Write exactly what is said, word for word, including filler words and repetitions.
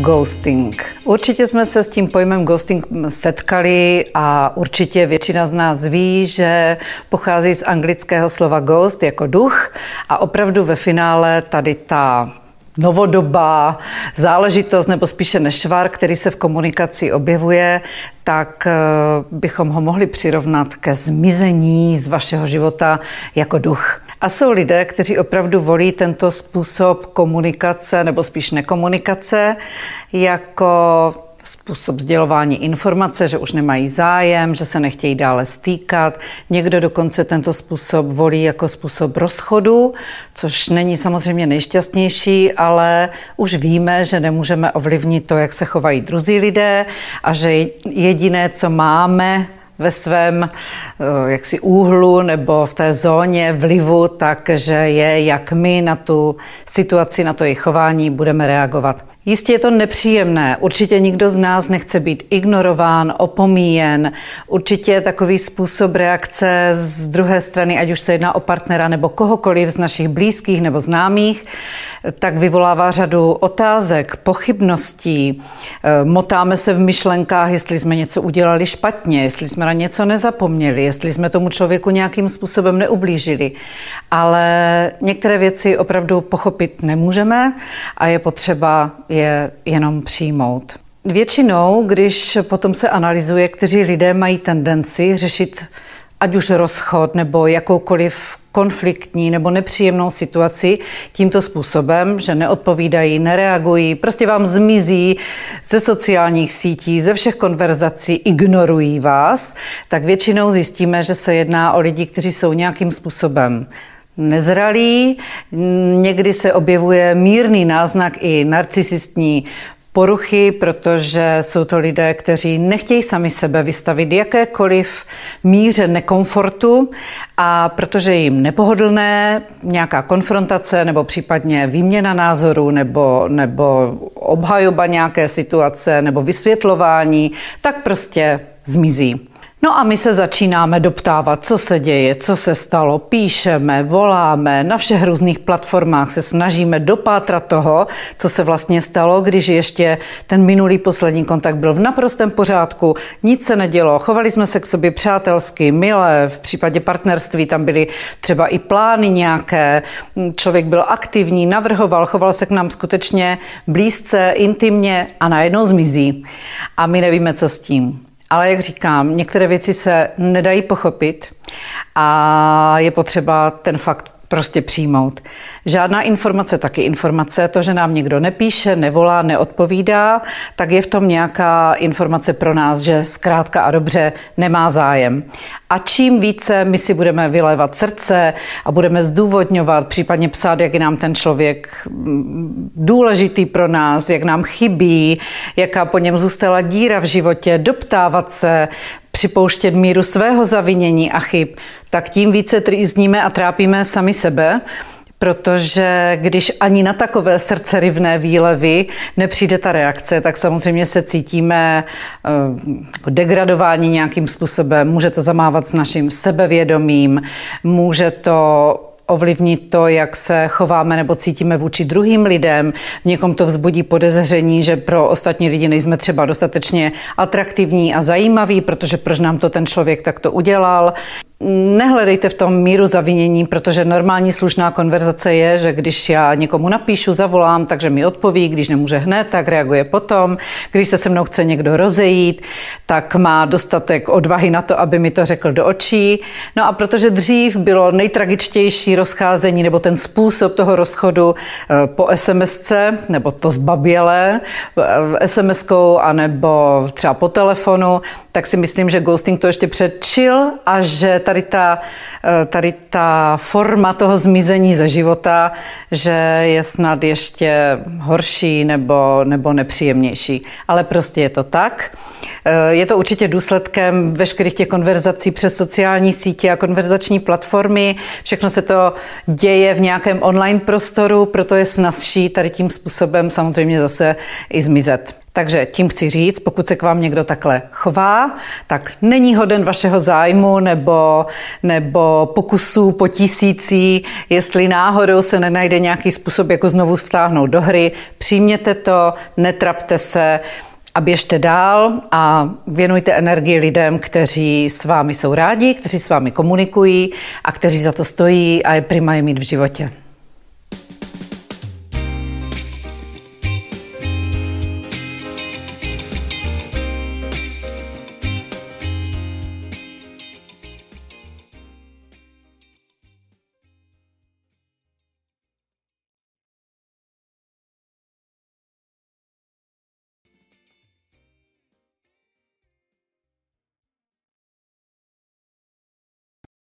ghosting. Určitě jsme se s tím pojmem ghosting setkali a určitě většina z nás ví, že pochází z anglického slova ghost jako duch a opravdu ve finále tady ta novodobá záležitost, nebo spíše nešvar, který se v komunikaci objevuje, tak bychom ho mohli přirovnat ke zmizení z vašeho života jako duch. A jsou lidé, kteří opravdu volí tento způsob komunikace, nebo spíš nekomunikace, jako způsob sdělování informace, že už nemají zájem, že se nechtějí dále stýkat. Někdo dokonce tento způsob volí jako způsob rozchodu, což není samozřejmě nejšťastnější, ale už víme, že nemůžeme ovlivnit to, jak se chovají druzí lidé a že jediné, co máme ve svém jaksi úhlu nebo v té zóně vlivu, takže je, jak my na tu situaci, na to jejich chování budeme reagovat. Jistě je to nepříjemné, určitě nikdo z nás nechce být ignorován, opomíjen, určitě takový způsob reakce z druhé strany, ať už se jedná o partnera nebo kohokoliv z našich blízkých nebo známých, tak vyvolává řadu otázek, pochybností, motáme se v myšlenkách, jestli jsme něco udělali špatně, jestli jsme na něco nezapomněli, jestli jsme tomu člověku nějakým způsobem neublížili. Ale některé věci opravdu pochopit nemůžeme a je potřeba je jenom přijmout. Většinou, když potom se analyzuje, kteří lidé mají tendenci řešit ať už rozchod nebo jakoukoliv konfliktní nebo nepříjemnou situaci tímto způsobem, že neodpovídají, nereagují, prostě vám zmizí ze sociálních sítí, ze všech konverzací, ignorují vás, tak většinou zjistíme, že se jedná o lidi, kteří jsou nějakým způsobem nezralí, někdy se objevuje mírný náznak i narcisistní poruchy, protože jsou to lidé, kteří nechtějí sami sebe vystavit jakékoliv míře nekomfortu a protože je jim nepohodlné nějaká konfrontace nebo případně výměna názorů nebo, nebo obhajoba nějaké situace nebo vysvětlování, tak prostě zmizí. No a my se začínáme doptávat, co se děje, co se stalo, píšeme, voláme, na všech různých platformách se snažíme dopátrat toho, co se vlastně stalo, když ještě ten minulý poslední kontakt byl v naprostém pořádku, nic se nedělo, chovali jsme se k sobě přátelsky, milé, v případě partnerství tam byly třeba i plány nějaké, člověk byl aktivní, navrhoval, choval se k nám skutečně blízce, intimně a najednou zmizí. A my nevíme, co s tím. Ale jak říkám, některé věci se nedají pochopit a je potřeba ten fakt prostě přijmout. Žádná informace, taky informace, to, že nám někdo nepíše, nevolá, neodpovídá, tak je v tom nějaká informace pro nás, že zkrátka a dobře nemá zájem. A čím více my si budeme vylévat srdce a budeme zdůvodňovat, případně psát, jak je nám ten člověk důležitý pro nás, jak nám chybí, jaká po něm zůstala díra v životě, doptávat se, připouštět míru svého zavinění a chyb, tak tím více trýzníme a trápíme sami sebe, protože když ani na takové srdcerivné výlevy nepřijde ta reakce, tak samozřejmě se cítíme jako degradováni nějakým způsobem. Může to zamávat s naším sebevědomím, může to ovlivnit to, jak se chováme nebo cítíme vůči druhým lidem. V někom to vzbudí podezření, že pro ostatní lidi nejsme třeba dostatečně atraktivní a zajímaví, protože proč nám to ten člověk takto udělal. Nehledejte v tom míru zavinění, protože normální slušná konverzace je, že když já někomu napíšu, zavolám, takže mi odpoví, když nemůže hned, tak reaguje potom. Když se se mnou chce někdo rozejít, tak má dostatek odvahy na to, aby mi to řekl do očí. No a protože dřív bylo nejtragičtější rozcházení nebo ten způsob toho rozchodu po SMSce, nebo to zbabělé SMSkou, anebo třeba po telefonu, tak si myslím, že ghosting to ještě předčil a že tady ta, tady ta forma toho zmizení ze života, že je snad ještě horší nebo, nebo nepříjemnější. Ale prostě je to tak. Je to určitě důsledkem veškerých těch konverzací přes sociální sítě a konverzační platformy. Všechno se to děje v nějakém online prostoru, proto je snazší tady tím způsobem samozřejmě zase i zmizet. Takže tím chci říct, pokud se k vám někdo takhle chová, tak není hoden vašeho zájmu nebo, nebo pokusů po tisící, jestli náhodou se nenajde nějaký způsob, jako znovu vtáhnout do hry, přijměte to, netrapte se a běžte dál a věnujte energii lidem, kteří s vámi jsou rádi, kteří s vámi komunikují a kteří za to stojí a je prima je mít v životě.